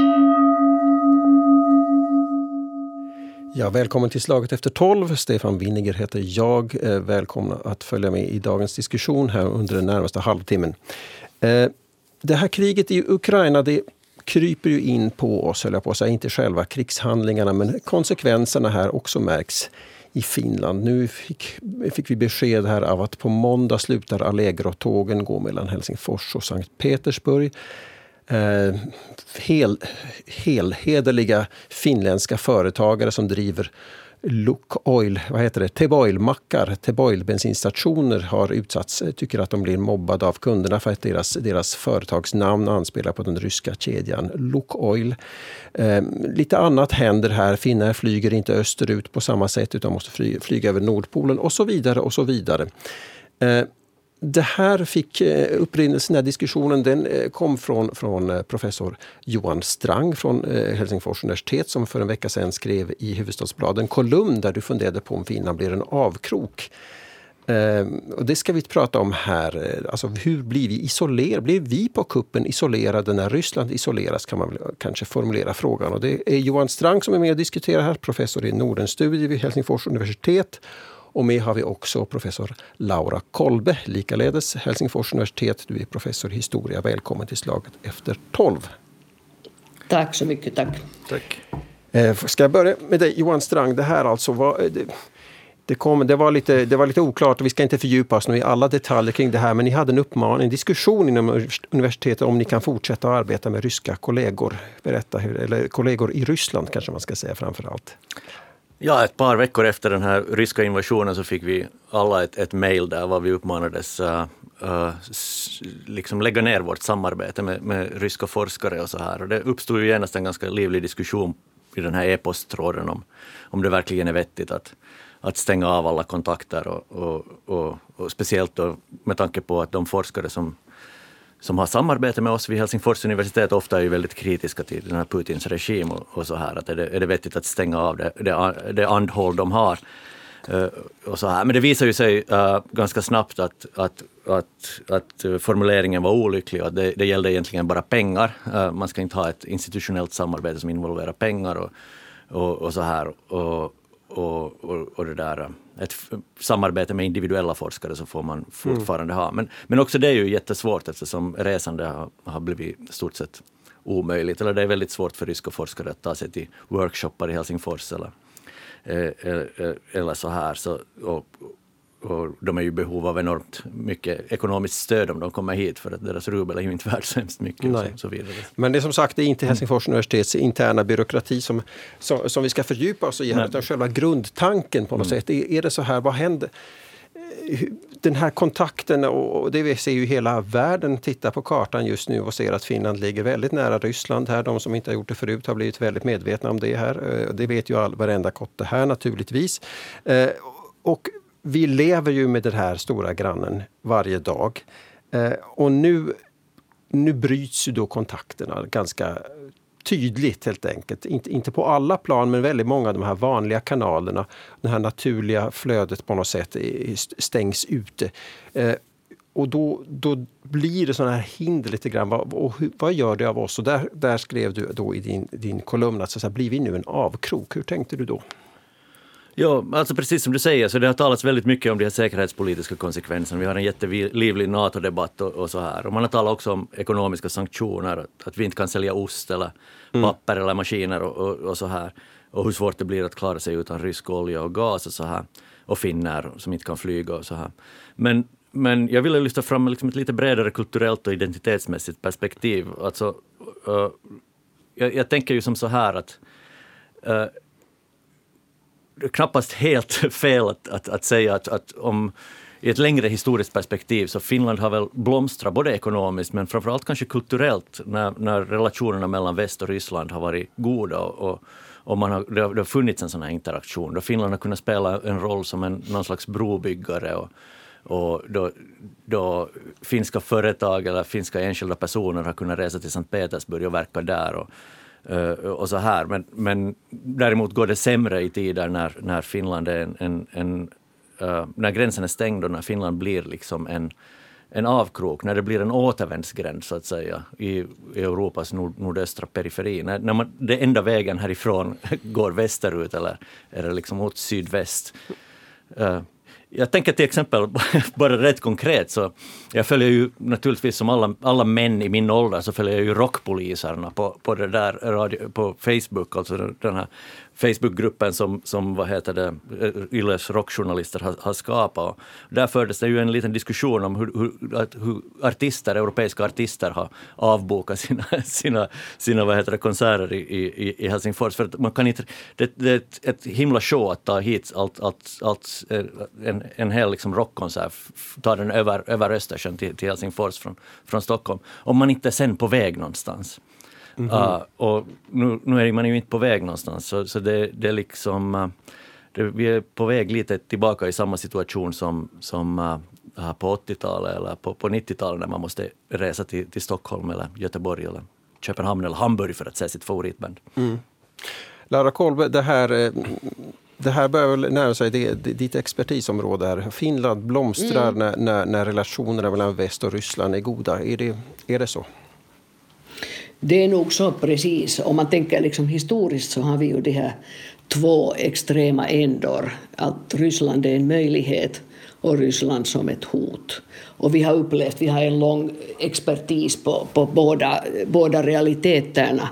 Ja, välkommen till Slaget efter 12. Stefan Winniger heter jag. Välkomna att följa med i dagens diskussion här under den närmaste halvtimmen. Det här kriget i Ukraina, det kryper ju in på oss, höll jag på att säga. Inte själva krigshandlingarna, men konsekvenserna här också märks i Finland. Nu fick vi besked här av att på måndag slutar Allegro-tågen gå mellan Helsingfors och Sankt Petersburg. Hederliga finländska företagare som driver Lukoil, Teboil-mackar, Teboil-bensinstationer har utsatts, tycker att de blir mobbade av kunderna för att deras företagsnamn anspelar på den ryska kedjan Lukoil. Lite annat händer här. Finnar flyger inte österut på samma sätt utan måste flyga över Nordpolen och så vidare och så vidare. Det här fick upprinnelsen, den här diskussionen, den kom från professor Johan Strang från Helsingfors universitet som för en vecka sedan skrev i Hufvudstadsbladet en kolumn där du funderade på om Finland blir en avkrok. Och det ska vi prata om här. Alltså hur blir vi isolerade? Blir vi på kuppen isolerade när Ryssland isoleras, kan man väl kanske formulera frågan. Och det är Johan Strang som är med och diskuterar här, professor i Nordenstudier vid Helsingfors universitet. Och med har vi också professor Laura Kolbe, likaledes Helsingfors universitet. Du är professor i historia. Välkommen till Slaget efter 12. Tack så mycket, tack. Ska jag börja med dig, Johan Strang? Det här alltså det var lite oklart och vi ska inte fördjupa oss nu i alla detaljer kring det här, men ni hade en diskussion inom universitetet om ni kan fortsätta att arbeta med ryska kollegor. Berätta eller kollegor i Ryssland kanske man ska säga framför allt. Ja, ett par veckor efter den här ryska invasionen så fick vi alla ett mejl där var vi uppmanades liksom lägga ner vårt samarbete med ryska forskare och så här. Och det uppstod ju genast en ganska livlig diskussion i den här e-posttråden om det verkligen är vettigt att stänga av alla kontakter och speciellt då med tanke på att de forskare som har samarbete med oss vid Helsingfors universitet ofta är ju väldigt kritiska till den här Putins regim och så här. Att är det vettigt att stänga av det andhåll de har och så här. Men det visar ju sig ganska snabbt att formuleringen var olycklig och att det gällde egentligen bara pengar. Man ska inte ha ett institutionellt samarbete som involverar pengar och så här. Och det där, ett samarbete med individuella forskare så får man fortfarande ha. Men också det är ju jättesvårt eftersom resande har blivit stort sett omöjligt. Eller det är väldigt svårt för ryska forskare att ta sig till workshoppar i Helsingfors eller så här. Och de är ju i behov av enormt mycket ekonomiskt stöd om de kommer hit för att deras rubel är ju inte värt så hemskt mycket. Och så vidare. Men det är som sagt det är inte Helsingfors universitets interna byråkrati som vi ska fördjupa oss i här, utan själva grundtanken på något sätt. Är det så här, vad händer? Den här kontakten, och det vi ser ju hela världen titta på kartan just nu och ser att Finland ligger väldigt nära Ryssland här. De som inte har gjort det förut har blivit väldigt medvetna om det här. Det vet ju varenda kotte här naturligtvis. Och vi lever ju med den här stora grannen varje dag. Och nu bryts ju då kontakterna ganska tydligt helt enkelt. Inte på alla plan, men väldigt många av de här vanliga kanalerna. Det här naturliga flödet på något sätt stängs ute. Och då blir det sådana här hinder lite grann. Vad gör det av oss? Och där skrev du då i din kolumn att så här, blir vi nu en avkrok? Hur tänkte du då? Ja, alltså precis som du säger så det har talats väldigt mycket om de här säkerhetspolitiska konsekvenserna. Vi har en jättelivlig NATO-debatt och så här. Och man har talat också om ekonomiska sanktioner, att vi inte kan sälja ost eller papper eller maskiner och så här. Och hur svårt det blir att klara sig utan rysk olja och gas och så här. Och finnar som inte kan flyga och så här. Men jag ville lyfta fram liksom ett lite bredare kulturellt och identitetsmässigt perspektiv. Alltså, jag tänker ju som så här att det är knappast helt fel att säga att om i ett längre historiskt perspektiv så Finland har väl blomstrat både ekonomiskt men framförallt kanske kulturellt när relationerna mellan väst och Ryssland har varit goda och det har funnits en sån här interaktion. Då Finland har kunnat spela en roll som någon slags brobyggare och då finska företag eller finska enskilda personer har kunnat resa till Sankt Petersburg och verka där och så här. Men däremot går det sämre i tider när Finland är när gränsen är stängd och när Finland blir liksom en avkrok, när det blir en återvändsgränd så att säga i Europas nordöstra periferi. När det enda vägen härifrån går västerut eller är det liksom åt sydväst. Jag tänker till exempel, bara rätt konkret, så jag följer ju naturligtvis som alla män i min ålder, så följer jag ju rockpoliserna på det där på Facebook, alltså den här Facebookgruppen som vad heter det, Yles rockjournalister har skapat. Där fördes det ju en liten diskussion om hur europeiska artister har avbokat sina vad heter det, konserter i Helsingfors. För att man kan inte, det är ett himla show att ta hit en hel liksom rockkonsert, ta den över Östersjön till Helsingfors från Stockholm, om man inte är sen på väg någonstans. Och nu är man ju inte på väg någonstans, så det är liksom vi är på väg lite tillbaka i samma situation som på 80-talet eller på 90-talet, när man måste resa till Stockholm eller Göteborg eller Köpenhamn eller Hamburg för att se sitt favoritband. Laura Kolbe, det här börjar väl nära sig ditt expertisområde här. Finland blomstrar när relationerna mellan väst och Ryssland är goda. Är det så? Det är nog så, precis. Om man tänker liksom historiskt, så har vi ju de här två extrema ändor. Att Ryssland är en möjlighet och Ryssland som ett hot. Och vi har en lång expertis på båda realiteterna.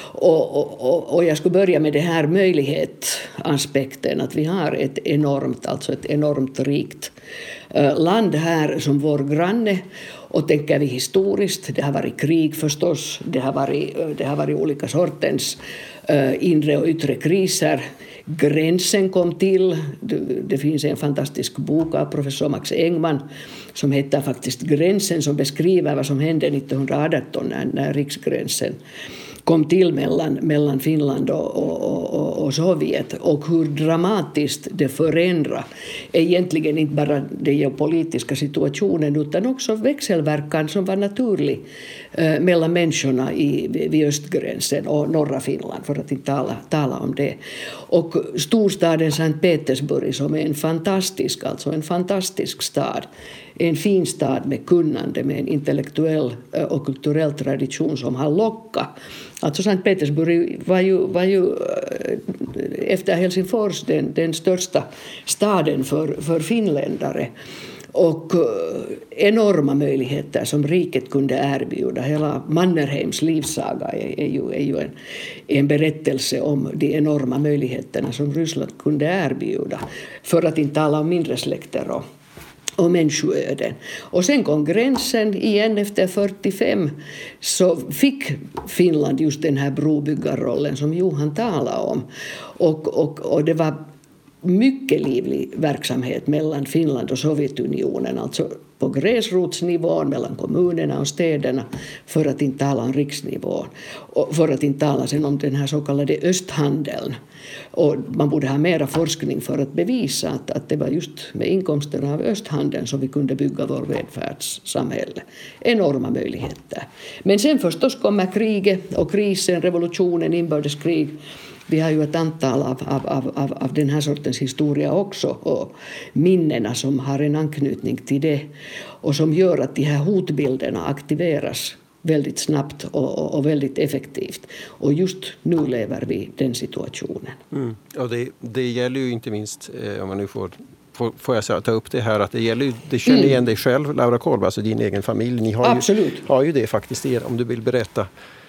Och jag skulle börja med det här möjlighetsaspekten, att vi har ett enormt rikt land här som vår granne. Och tänker vi historiskt, det har varit krig förstås, det har varit olika sortens inre och yttre kriser. Gränsen kom till, det finns en fantastisk bok av professor Max Engman som heter faktiskt Gränsen, som beskriver vad som hände 1918 när riksgränsen kom till mellan Finland och Sovjet, och hur dramatiskt det förändrar egentligen inte bara den geopolitiska situationen utan också växelverkan som var naturlig mellan människorna vid östgränsen och norra Finland, för att inte tala om det. Och storstaden Sankt Petersburg, som är en fantastisk stad, en fin stad med kunnande, med en intellektuell och kulturell tradition som har lockat. Alltså Sankt Petersburg var ju efter Helsingfors den största staden för finländare. Och enorma möjligheter som riket kunde erbjuda. Hela Mannerheims livssaga är ju en berättelse om de enorma möjligheterna som Ryssland kunde erbjuda. För att inte tala om mindre släkter och människoöden. Och sen kom gränsen igen efter 45, så fick Finland just den här brobyggarrollen som Johan talade om. Och det var mycket livlig verksamhet mellan Finland och Sovjetunionen, alltså på gräsrotsnivån mellan kommunerna och städerna, för att inte tala om riksnivån, och för att inte tala sen om den här så kallade östhandeln. Och man borde ha mera forskning för att bevisa att det var just med inkomsterna av östhandeln som vi kunde bygga vår välfärdssamhälle. Enorma möjligheter. Men sen förstås kommer kriget och krisen, revolutionen, inbördeskrig. Vi har ju ett antal av den här sortens historia också, och minnena som har en anknytning till det, och som gör att de här hotbilderna aktiveras väldigt snabbt och väldigt effektivt. Och just nu lever vi den situationen. Och det gäller ju inte minst, om man nu får jag ta upp det här, att det känner igen dig själv, Laura Kolbe, alltså din egen familj. Ni har ju det faktiskt, om du vill berätta.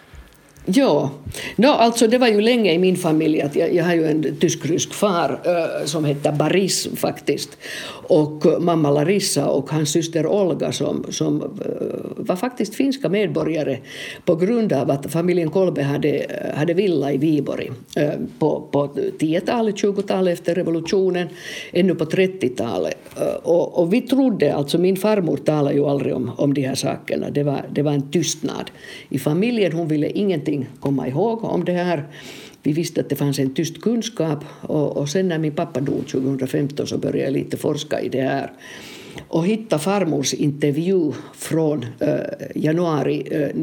Ja, alltså det var ju länge i min familj att jag har ju en tysk-rysk far som heter Boris faktiskt, och mamma Larissa och hans syster Olga som var faktiskt finska medborgare på grund av att familjen Kolbe hade villa i Viborg på 10-talet, 20-talet efter revolutionen, ännu på 30-talet. Och vi trodde, alltså min farmor talade ju aldrig om de här sakerna, det var en tystnad i familjen, hon ville ingenting komma ihåg om det här. Vi visste att det fanns en tyst kunskap, och sen när min pappa dog 2015 så började jag lite forska i det här och hitta farmors intervju från januari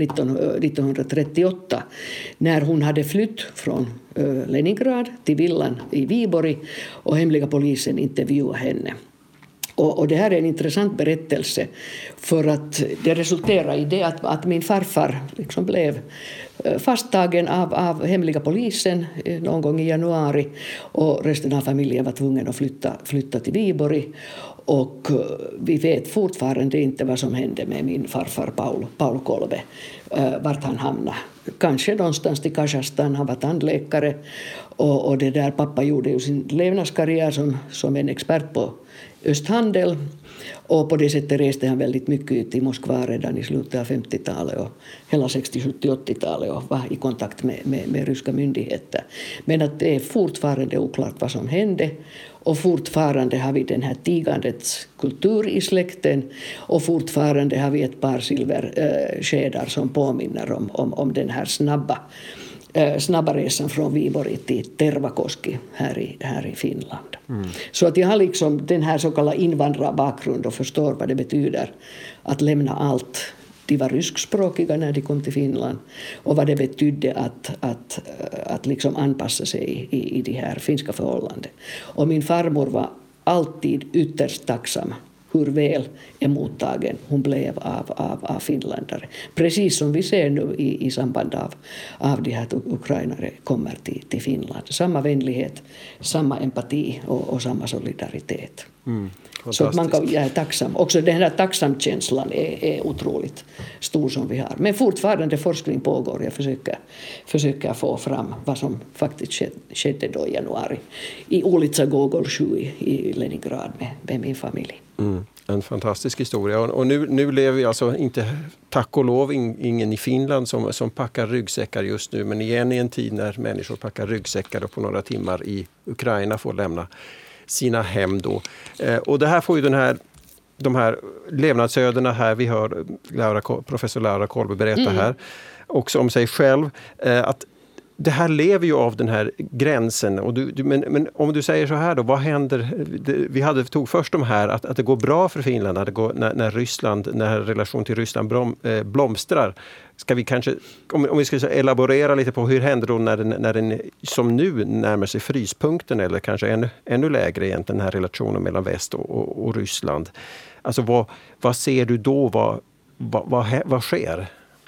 1938 när hon hade flytt från Leningrad till villan i Viborg, och hemliga polisen intervjuade henne. Och det här är en intressant berättelse för att det resulterar i det att min farfar liksom blev fasttagen av hemliga polisen någon gång i januari, och resten av familjen var tvungen att flytta till Viborg. Och vi vet fortfarande inte vad som hände med min farfar Paul Kolbe, vart han hamnade. Kanske någonstans till Kazakstan, han var tandläkare, och det där pappa gjorde ju sin levnadskarriär som en expert på östhandel, och på det sättet reste han väldigt mycket ut i Moskva redan i slutet av 50-talet och hela 60, 70, 80-talet och var i kontakt med ryska myndigheter. Men att det är fortfarande oklart vad som hände, och fortfarande har vi den här tigandets kultur i släkten, och fortfarande har vi ett par silverskedar som påminner om den här snabba resan från Viborg till Tervakoski här i Finland. Så att jag har liksom den här så kallade invandrarbakgrund och förstår vad det betyder att lämna allt. De var ryskspråkiga när de kom till Finland, och vad det betydde att liksom anpassa sig i de här finska förhållanden. Och min farmor var alltid ytterst tacksam hur väl emottagen hon blev av finländare. Precis som vi ser nu i samband av de här ukrainare kommer till Finland. Samma vänlighet, samma empati och samma solidaritet. Så att man kan vara tacksam. Också den här tacksamkänslan är otroligt stor som vi har. Men fortfarande forskning pågår. Jag försöker få fram vad som faktiskt skedde då i januari i Ulitsa Gogol 7 i Leningrad med min familj. En fantastisk historia. Och nu lever vi alltså inte, tack och lov, ingen i Finland som packar ryggsäckar just nu. Men igen i en tid när människor packar ryggsäckar och på några timmar i Ukraina får lämna sina hem då. Och det här får ju de här levnadsödena här, vi hör professor Laura Kolbe berätta här också om sig själv, att det här lever ju av den här gränsen. Men om du säger så här då, vad händer? Vi tog först de här att det går bra för Finland när relation till Ryssland blomstrar. Ska vi kanske, om vi ska elaborera lite på hur händer då när den som nu närmar sig fryspunkten, eller kanske ännu lägre egentligen, den här relationen mellan väst och Ryssland. Alltså vad ser du då? Vad sker?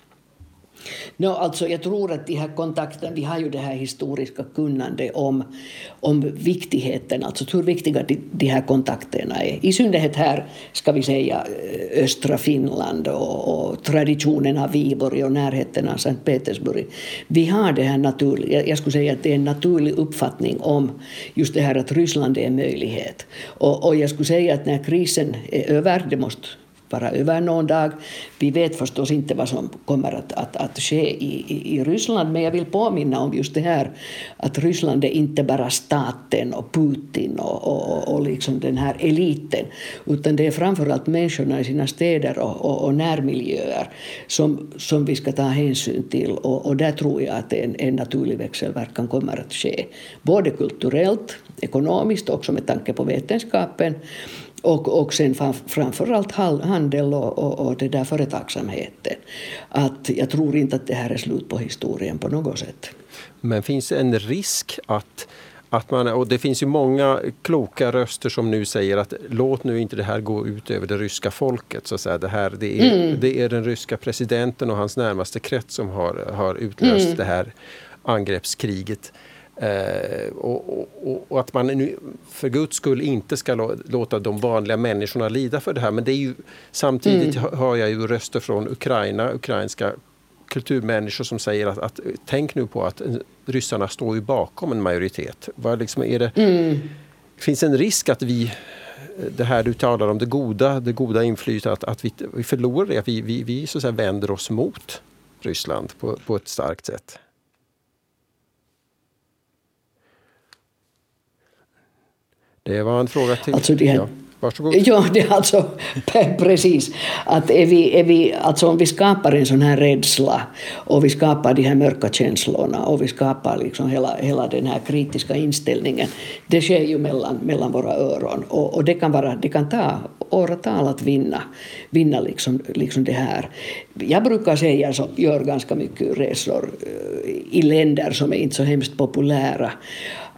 Alltså jag tror att de här kontakterna, vi har ju det här historiska kunnande om viktigheten, alltså hur viktiga de här kontakterna är. I synnerhet här, ska vi säga, östra Finland och traditionen av Viborg och närheten av Sankt Petersburg. Vi har det här naturliga, jag skulle säga att det är en naturlig uppfattning om just det här att Ryssland är en möjlighet. Och jag skulle säga att när krisen är över, det måste vara över någon dag. Vi vet förstås inte vad som kommer att ske i Ryssland, men jag vill påminna om just det här att Ryssland är inte bara staten och Putin och liksom den här eliten, utan det är framförallt människorna i sina städer och närmiljöer som vi ska ta hänsyn till, och där tror jag att en naturlig växelverkan kommer att ske, både kulturellt, ekonomiskt, också med tanke på vetenskapen, och sen framförallt handel och det där företagsamheten. Att jag tror inte att det här är slut på historien på något sätt. Men finns det en risk att man, och det finns ju många kloka röster som nu säger att låt nu inte det här gå ut över det ryska folket, så att säga. Det är den ryska presidenten och hans närmaste krets som har utlöst det här angreppskriget. Och att man nu för Guds skull inte ska låta de vanliga människorna lida för det här. Men det är ju, samtidigt hör jag ju röster från ukrainska kulturmänniskor som säger att tänk nu på att ryssarna står ju bakom en majoritet. Finns en risk att det här du talar om, det goda inflytandet, att vi förlorar det, att vi så att säga vänder oss mot Ryssland på ett starkt sätt? Det var en fråga till. Alltså varsågod. Ja, det är alltså precis. Att alltså om vi skapar en sån här rädsla och vi skapar de här mörka känslorna och vi skapar liksom hela den här kritiska inställningen, det sker ju mellan våra öron, och det kan ta åratal att vinna liksom det här. Jag brukar säga, som gör ganska mycket resor i länder som är inte så hemskt populära,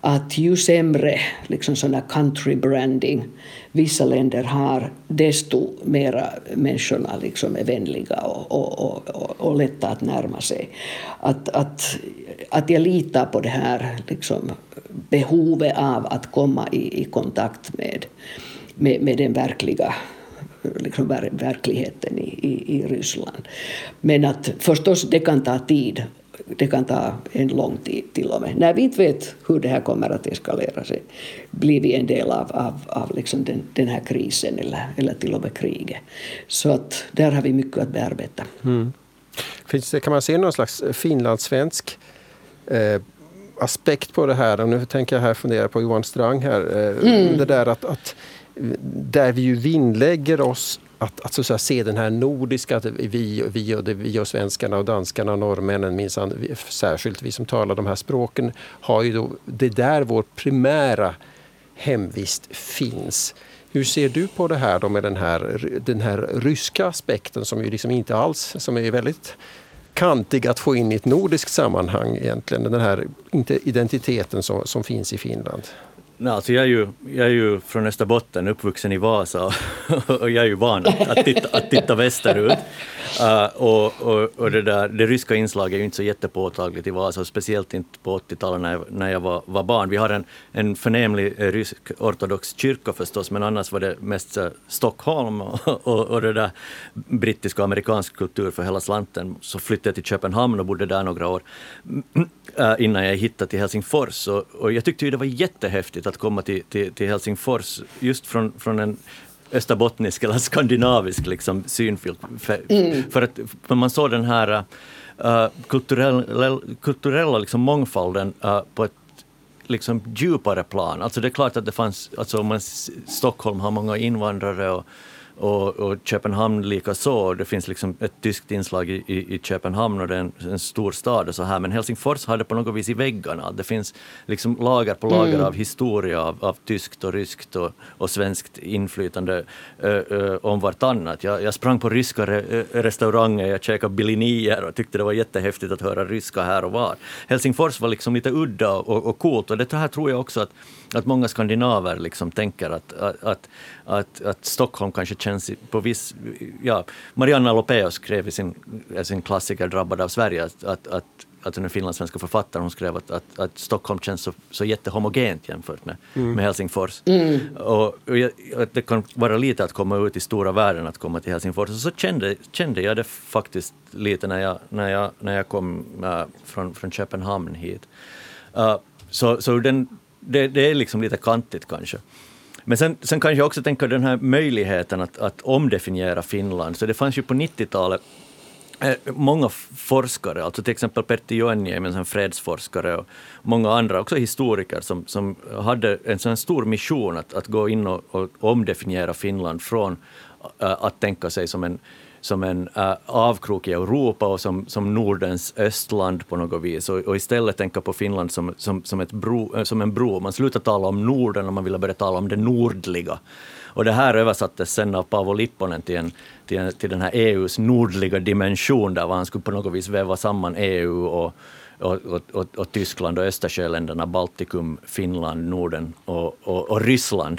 att ju sämre liksom sån här country branding vissa länder har, desto mera människorna liksom är vänliga och lätta att närma sig. Att jag litar på det här liksom behovet av att komma i kontakt med den verkliga liksom verkligheten i Ryssland. Men att förstås det kan ta tid. Det kan ta en lång tid till och med. När vi inte vet hur det här kommer att eskalera sig blir vi en del av liksom den här krisen eller till och med kriget. Så att där har vi mycket att bearbeta. Kan man se någon slags finlandssvensk aspekt på det här? Och nu tänker jag här fundera på Johan Strang här. Det där att där vi ju vinnlägger oss att så att säga, se den här nordiska, att vi och svenskarna och danskarna och norrmännen, minsann, särskilt vi som talar de här språken, har ju då, det där vår primära hemvist finns. Hur ser du på det här då med den här ryska aspekten som ju liksom inte alls, som är väldigt kantig att få in i ett nordiskt sammanhang egentligen, den här identiteten som finns i Finland? Nej, alltså jag är ju från Österbotten, uppvuxen i Vasa och jag är ju van att titta västerut. Och det ryska inslaget är ju inte så jättepåtagligt i Vasa, och speciellt inte på 80-talet när jag var barn. Vi har en förnämlig rysk ortodox kyrka förstås, men annars var det mest Stockholm och det där brittisk och amerikansk kultur för hela slanten. Så flyttade jag till Köpenhamn och bodde där några år innan jag hittade till Helsingfors. Och jag tyckte ju det var jättehäftigt att komma till Helsingfors just från en österbottnisk eller skandinavisk liksom, synfilm. För att man såg den här kulturella liksom, mångfalden på ett liksom, djupare plan. Alltså det är klart att det fanns, alltså, Stockholm har många invandrare och Köpenhamn lika så. Det finns liksom ett tyskt inslag i Köpenhamn och det är en stor stad och så här. Men Helsingfors har det på något vis i väggarna. Det finns liksom lager på lager av historia av tyskt och ryskt och svenskt inflytande om vartannat. Jag sprang på ryska restauranger, jag käkade bilinier och tyckte det var jättehäftigt att höra ryska här och var. Helsingfors var liksom lite udda och coolt, och det här tror jag också att många skandinaver liksom tänker att Stockholm kanske känns på viss... Ja, Marianna Lopeus skrev i sin klassiker Drabbad av Sverige att den finlandssvenska författaren, hon skrev att Stockholm känns så jättehomogent jämfört med Helsingfors. Och det kan vara lite att komma ut i stora världen att komma till Helsingfors. Och så kände jag det faktiskt lite när jag kom från Köpenhamn hit. Så det är liksom lite kantigt kanske. Men sen kan jag också tänka den här möjligheten att omdefiniera Finland. Så det fanns ju på 90-talet många forskare, alltså till exempel Pertti Joenniemi, en fredsforskare, och många andra, också historiker, som hade en sån stor mission att gå in och omdefiniera Finland från att tänka sig som en avkrok i Europa och som Nordens östland på något vis, och istället tänka på Finland som en bro. Man slutar tala om Norden och man vill börja tala om det nordliga. Och det här översattes sen av Paavo Lipponen till den här EUs nordliga dimension, där han skulle på något vis väva samman EU och Tyskland och Östersjöländerna, Baltikum, Finland, Norden och Ryssland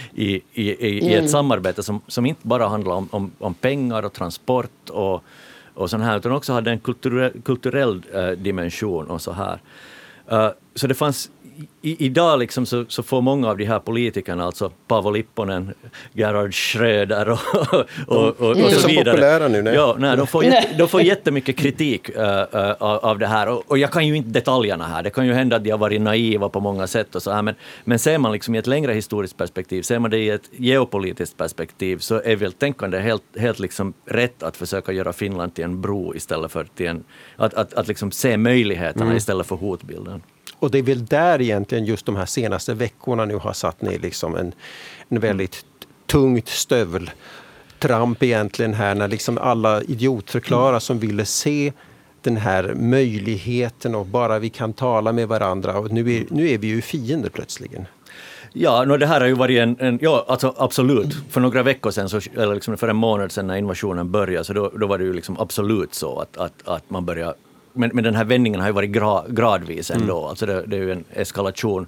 i ett samarbete som inte bara handlar om pengar och transport och sån här, utan också hade en kulturell dimension och så här. Så det fanns idag liksom så får många av de här politikerna, alltså Paavo Lipponen, Gerhard Schröder och så vidare. Populära nu, nej. Ja, nej, de får jättemycket kritik av det här. Och jag kan ju inte detaljerna här. Det kan ju hända att de har varit naiva på många sätt och så här. Men ser man liksom i ett längre historiskt perspektiv, ser man det i ett geopolitiskt perspektiv, så är väl tänkande helt liksom rätt att försöka göra Finland till en bro istället för till att liksom se möjligheterna istället för hotbilden. Och det är väl där egentligen just de här senaste veckorna nu har satt ner liksom en väldigt tungt stöveltramp egentligen här, när liksom alla idiotförklarar som ville se den här möjligheten och bara vi kan tala med varandra, och nu är vi ju fiender plötsligen. Ja, det här har ju varit alltså absolut. För några veckor sedan, eller liksom för en månad sedan när invasionen började, så då var det ju liksom absolut så att man börjar. Men den här vändningen har ju varit gradvis ändå. Alltså det är ju en eskalation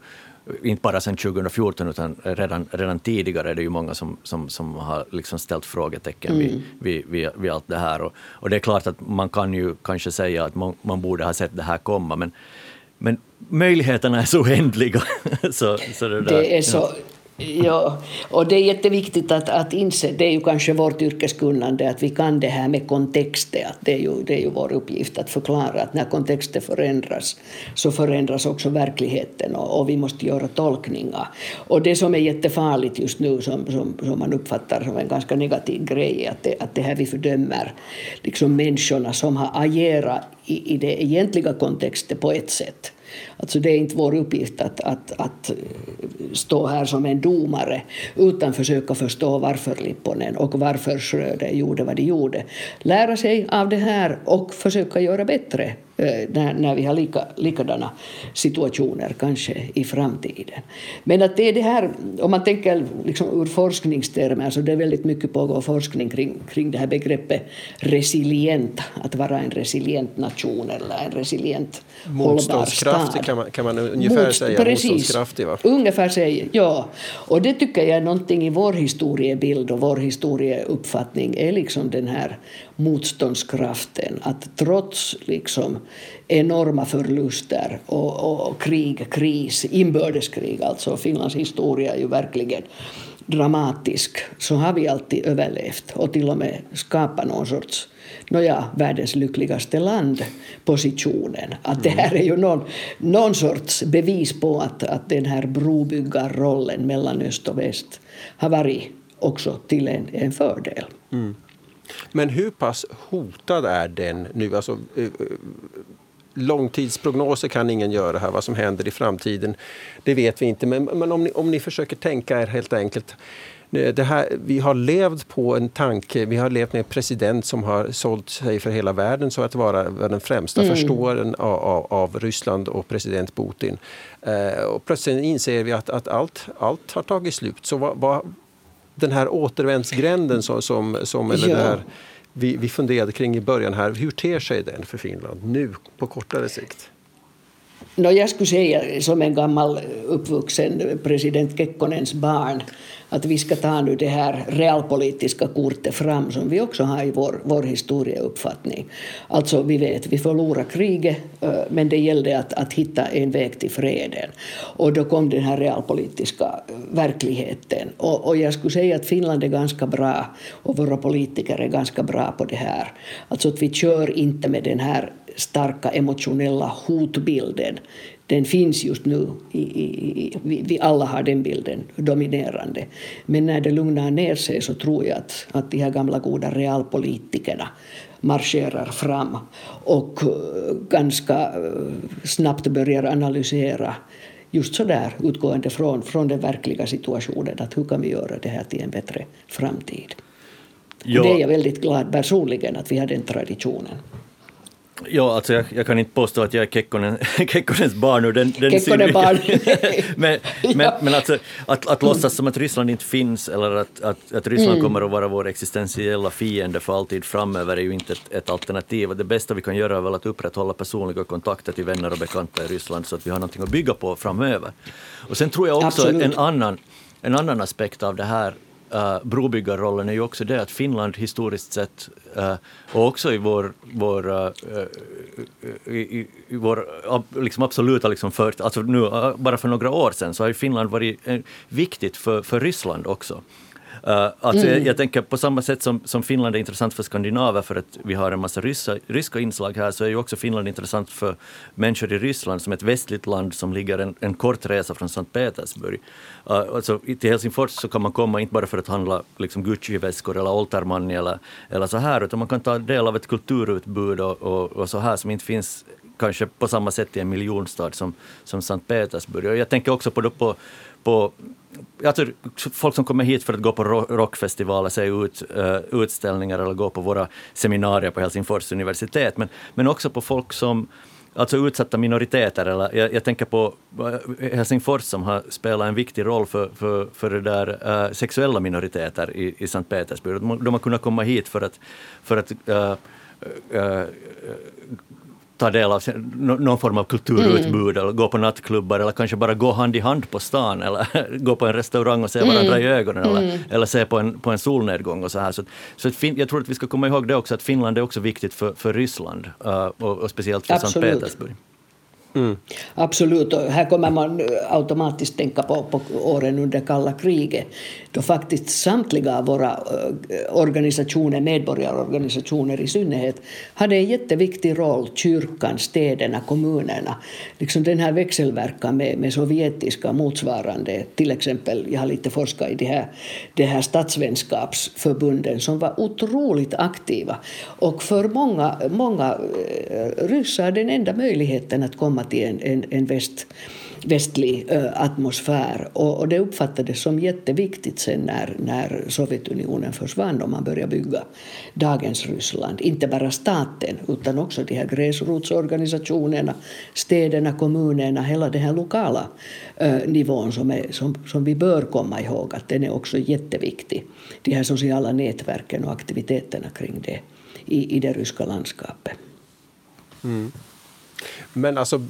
inte bara sedan 2014 utan redan tidigare är det ju många som har liksom ställt frågetecken vid allt det här. Och det är klart att man kan ju kanske säga att man borde ha sett det här komma, men möjligheterna är så oändliga. så det är så... Ja, och det är jätteviktigt att inse, det är ju kanske vårt yrkeskunnande att vi kan det här med kontexter, att det är ju vår uppgift att förklara att när kontexter förändras så förändras också verkligheten och vi måste göra tolkningar. Och det som är jättefarligt just nu som man uppfattar som en ganska negativ grej att det här vi fördömer liksom människorna som har agerat i det egentliga kontexten på ett sätt. Alltså det är inte vår uppgift att stå här som en domare utan försöka förstå varför Lipponen och varför Schröder gjorde vad de gjorde. Lära sig av det här och försöka göra bättre när vi har likadana situationer kanske i framtiden. Men att det är det här, om man tänker liksom ur forskningstermer så det är väldigt mycket pågår forskning kring det här begreppet resilient, att vara en resilient nation eller en resilient hållbar stad. Kan man ungefär säga. Precis, motståndskraftig, va? Ungefär säger, ja. Och det tycker jag är någonting i vår historiebild och vår historieuppfattning är liksom den här motståndskraften, att trots liksom enorma förluster och krig, kris, inbördeskrig, alltså Finlands historia är ju verkligen dramatisk, så har vi alltid överlevt och till och med skapat någon sorts världens lyckligaste land-positionen. Att det här är ju någon sorts bevis på att den här brobyggarrollen mellan öst och väst har varit också till en fördel. Mm. Men hur pass hotad är den nu? Alltså, långtidsprognoser kan ingen göra här, vad som händer i framtiden, det vet vi inte. Men om ni försöker tänka er helt enkelt, det här, vi har levt på en tanke, vi har levt med en president som har sålt sig för hela världen så att vara den främsta förståaren av Ryssland och president Putin. Och plötsligt inser vi att allt har tagit slut. Så vad den här återvändsgränden eller det här vi funderade kring i början här, hur ter sig den för Finland nu på kortare sikt? Jag skulle säga som en gammal uppvuxen president Kekkonens barn att vi ska ta nu det här realpolitiska kortet fram som vi också har i vår historieuppfattning. Alltså vi vet, vi förlorar kriget men det gällde att hitta en väg till freden. Och då kom den här realpolitiska verkligheten. Och jag skulle säga att Finland är ganska bra och våra politiker är ganska bra på det här. Alltså att vi kör inte med den här starka emotionella hotbilden. Den finns just nu, vi alla har den bilden dominerande. Men när det lugnar ner sig så tror jag att de här gamla goda realpolitikerna marscherar fram och ganska snabbt börjar analysera just så där utgående från den verkliga situationen, att hur kan vi göra det här till en bättre framtid. Ja. Det är jag väldigt glad personligen att vi har den traditionen. Ja, alltså jag kan inte påstå att jag är Kekkonens barn ur den Kekkonen barn. men alltså att låtsas som att Ryssland inte finns eller att Ryssland kommer att vara vår existentiella fiende för alltid framöver är ju inte ett alternativ. Och det bästa vi kan göra är väl att upprätthålla personliga kontakter till vänner och bekanta i Ryssland så att vi har någonting att bygga på framöver. Och sen tror jag också en annan aspekt av det här brobyggarrollen är ju också det att Finland historiskt sett och också i vår liksom absoluta liksom alltså nu bara för några år sedan så har ju Finland varit viktigt för Ryssland också. Alltså jag tänker på samma sätt som Finland är intressant för skandinaver för att vi har en massa ryska inslag här, så är ju också Finland intressant för människor i Ryssland som ett västligt land som ligger en kort resa från Sankt Petersburg. Alltså, till Helsingfors så kan man komma inte bara för att handla liksom Gucci-väskor eller Oltermanni eller så här, utan man kan ta del av ett kulturutbud och så här som inte finns kanske på samma sätt i en miljonstad som Sankt Petersburg. Och jag tänker också på alltså, folk som kommer hit för att gå på rockfestivaler, se ut utställningar eller gå på våra seminarier på Helsingfors universitet, men också på folk som alltså utsatta minoriteter. Eller jag tänker på Helsingfors som har spelat en viktig roll för det där sexuella minoriteter i Sankt Petersburg. De har kunnat komma hit för att ta del av någon form av kulturutbud eller gå på nattklubbar eller kanske bara gå hand i hand på stan eller gå på en restaurang och se varandra i ögonen eller se på en solnedgång och så här. Så jag tror att vi ska komma ihåg det också, att Finland är också viktigt för Ryssland och speciellt för Sankt Petersburg. Absolut, och här kommer man automatiskt tänka på åren under kalla kriget, då faktiskt samtliga av våra organisationer, medborgarorganisationer i synnerhet, hade en jätteviktig roll, kyrkan, städerna, kommunerna. Liksom den här växelverkan med sovjetiska motsvarande, till exempel, jag har lite forskat i det här statsvänskapsförbunden som var otroligt aktiva. Och för många ryssar den enda möjligheten att komma till en västlig atmosfär, och det uppfattades som jätteviktigt sen när Sovjetunionen försvann och man började bygga dagens Ryssland. Inte bara staten utan också de här gräsrotsorganisationerna, städerna, kommunerna, hela den här lokala nivån som vi bör komma ihåg att den är också jätteviktig. De här sociala nätverken och aktiviteterna kring det i det ryska landskapet. Men alltså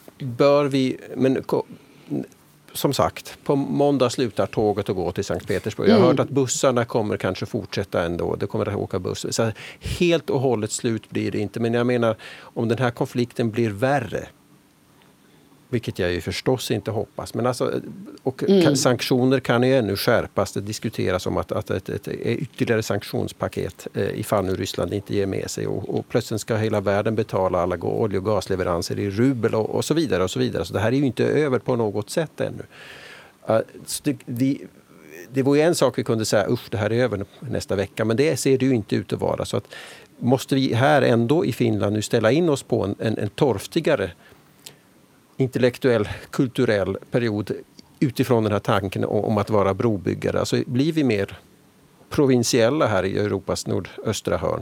som sagt, på måndag slutar tåget att gå till Sankt Petersburg. Jag har hört att bussarna kommer kanske fortsätta ändå. Det kommer att åka bussar. Så helt och hållet slut blir det inte. Men jag menar, om den här konflikten blir värre, vilket jag ju förstås inte hoppas. Men alltså, sanktioner kan ju ännu skärpas. Det diskuteras om att ett ytterligare sanktionspaket ifall nu Ryssland inte ger med sig. Och plötsligt ska hela världen betala alla olje- och gasleveranser i rubel och så vidare och så vidare. Så det här är ju inte över på något sätt ännu. Det var ju en sak vi kunde säga, det här är över nästa vecka. Men det ser det ju inte ut att vara. Så att måste vi här ändå i Finland nu ställa in oss på en torftigare intellektuell, kulturell period utifrån den här tanken om att vara brobyggare. Alltså blir vi mer provinsiella här i Europas nordöstra hörn?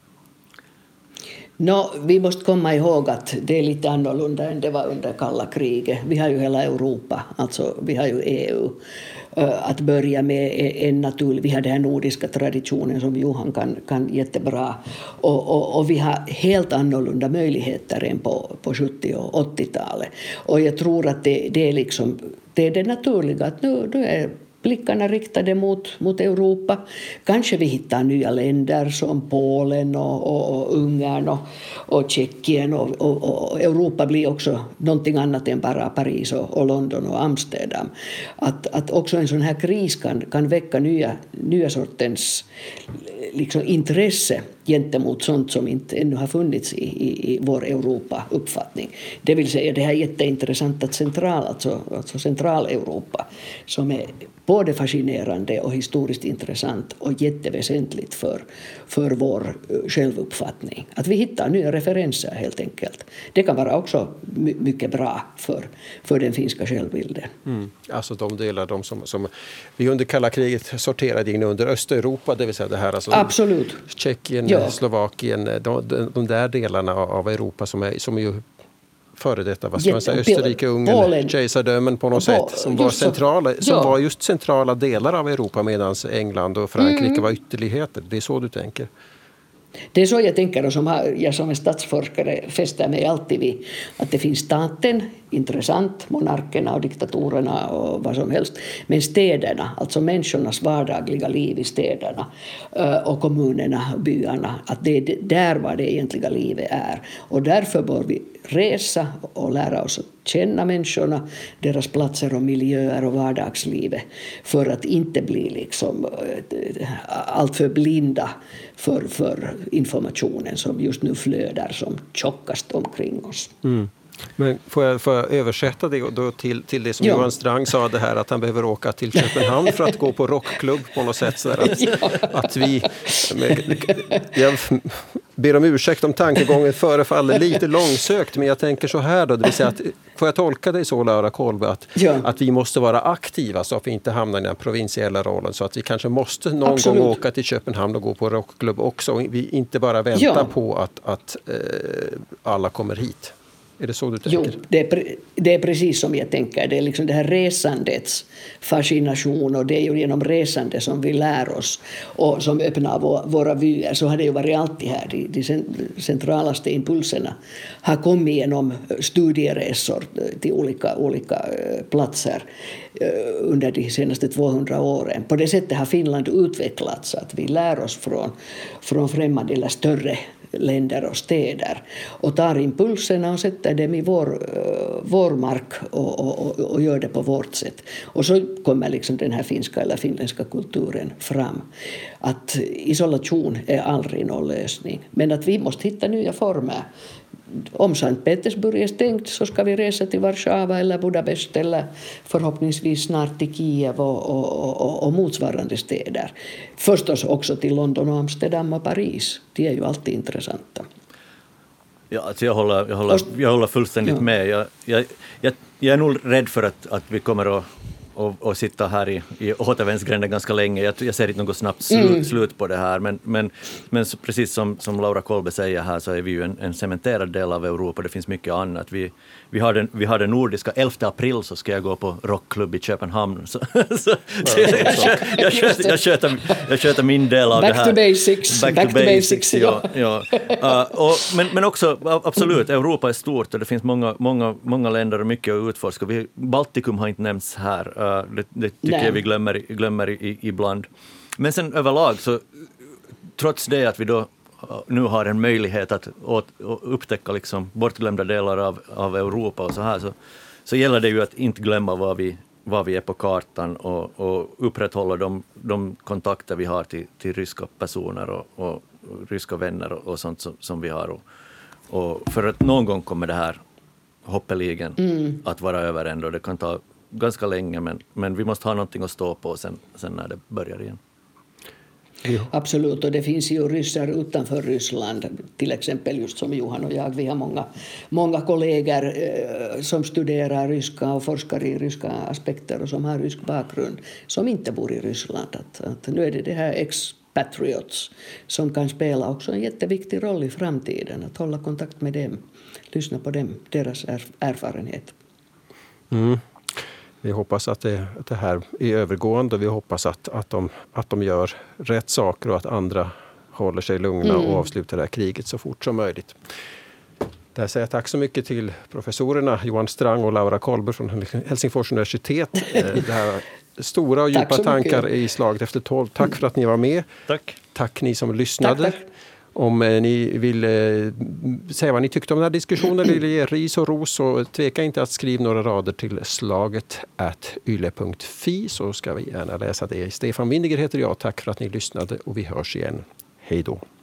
Vi måste komma ihåg att det är lite annorlunda än det var under kalla kriget. Vi har ju hela Europa, alltså vi har ju EU. Att börja med en naturlig, vi har den här nordiska traditionen som Johan kan jättebra, och vi har helt annorlunda möjligheter än på 70- och 80-talet. Och jag tror att det är liksom, det är det naturliga att nu är blickarna riktade mot Europa. Kanske vi hittar nya länder som Polen och Ungern och Tjeckien, och Europa blir också någonting annat än bara Paris och London och Amsterdam. Att också en sån här kris kan väcka nya sortens liksom intresse gentemot sånt som inte ännu har funnits i vår Europa-uppfattning. Det vill säga det här jätteintressanta alltså Centraleuropa, som är både fascinerande och historiskt intressant och jätteväsentligt för vår självuppfattning. Att vi hittar nya referenser helt enkelt. Det kan vara också mycket bra för den finska självbilden. Alltså de delar som vi under kalla kriget sorterade in under Östeuropa, det vill säga det här alltså absolut. Tjeckien, Slovakien, de där delarna av Europa som är ju före detta, vad ska man säga, Österrike, Ungern, kejsardömen på något sätt, som var just centrala delar av Europa, medan England och Frankrike var ytterligheter. Det är så du tänker? Det är så jag tänker, och jag som är statsforskare fäster mig alltid vid att det finns staten, intressant, monarkerna och diktatorerna och vad som helst, men städerna, alltså människornas vardagliga liv i städerna och kommunerna och byarna, att det är där vad det egentliga livet är. Och därför bör vi resa och lära oss att känna människorna, deras platser och miljöer och vardagslivet, för att inte bli liksom alltför blinda för informationen som just nu flödar som tjockast omkring oss. Men får jag översätta det då till det som Johan Strang sa, det här att han behöver åka till Köpenhamn för att gå på rockklubb på något sätt, så att vi jag ber om ursäkt om tankegången förefaller lite långsökt, men jag tänker så här då, det vill säga att, får jag tolka dig så, Laura Kolbe, att vi måste vara aktiva så att vi inte hamnar i den provinsiella rollen, så att vi kanske måste någon gång åka till Köpenhamn och gå på rockklubb också, och vi inte bara väntar på att alla kommer hit. Är det så du tänker? Jo, det är precis som jag tänker. Det är liksom det här resandets fascination, och det är ju genom resande som vi lär oss och som öppnar våra vyer. Så har det ju varit alltid här. De centralaste impulserna har kommit genom studieresor till olika platser under de senaste 200 åren. På det sättet har Finland utvecklats, att vi lär oss från främmande eller större länder och städer och tar impulserna och sätter dem i vår mark och gör det på vårt sätt. Och så kommer liksom den här finska eller finländska kulturen fram. Att isolation är aldrig någon lösning, men att vi måste hitta nya former. Om Sankt Petersburg är stängt så ska vi resa till Warszawa eller Budapest eller förhoppningsvis snart till Kiev och motsvarande städer. Förstås också till London och Amsterdam och Paris. De är ju alltid intressanta. Ja, alltså jag håller fullständigt med. Jag är nog rädd för att vi kommer att sitta här i återvändsgränden ganska länge. Jag ser inte något snabbt slut på det här. Men så precis som Laura Kolbe säger här, så är vi ju en cementerad del av Europa. Det finns mycket annat. Vi har den nordiska. 11 april så ska jag gå på rockklubb i Köpenhamn. Så jag sköter min del av det här. Back to basics. Ja. Men också, absolut, Europa är stort och det finns många länder och mycket att utforska. Baltikum har inte nämnts här. Det tycker jag vi glömmer ibland. Men sen överlag, så trots det att vi då nu har en möjlighet att upptäcka liksom bortglömda delar av Europa och så här, så gäller det ju att inte glömma var vi är på kartan och upprätthålla de kontakter vi har till ryska personer och ryska vänner och sånt som vi har. Och för att någon gång kommer det här hoppeligen att vara över ändå. Det kan ta ganska länge, men vi måste ha någonting att stå på sen när det börjar igen. Ja. Absolut, och det finns ju ryssar utanför Ryssland, till exempel just som Johan och jag. Vi har många kollegor som studerar ryska och forskar i ryska aspekter och som har rysk bakgrund, som inte bor i Ryssland. Att nu är det här expatriots som kan spela också en jätteviktig roll i framtiden, att hålla kontakt med dem, lyssna på dem, deras erfarenhet. Vi hoppas att det här är övergående. Vi hoppas att de gör rätt saker och att andra håller sig lugna och avslutar det här kriget så fort som möjligt. Där säger jag tack så mycket till professorerna Johan Strang och Laura Kolbe från Helsingfors universitet. Det här stora och djupa tankar i slaget efter 12. Tack för att ni var med. Tack ni som lyssnade. Tack. Om ni vill säga vad ni tyckte om den här diskussionen eller vill ge ris och ros, så tveka inte att skriva några rader till slaget@yle.fi, så ska vi gärna läsa det. Stefan Windiger heter jag. Tack för att ni lyssnade och vi hörs igen. Hej då.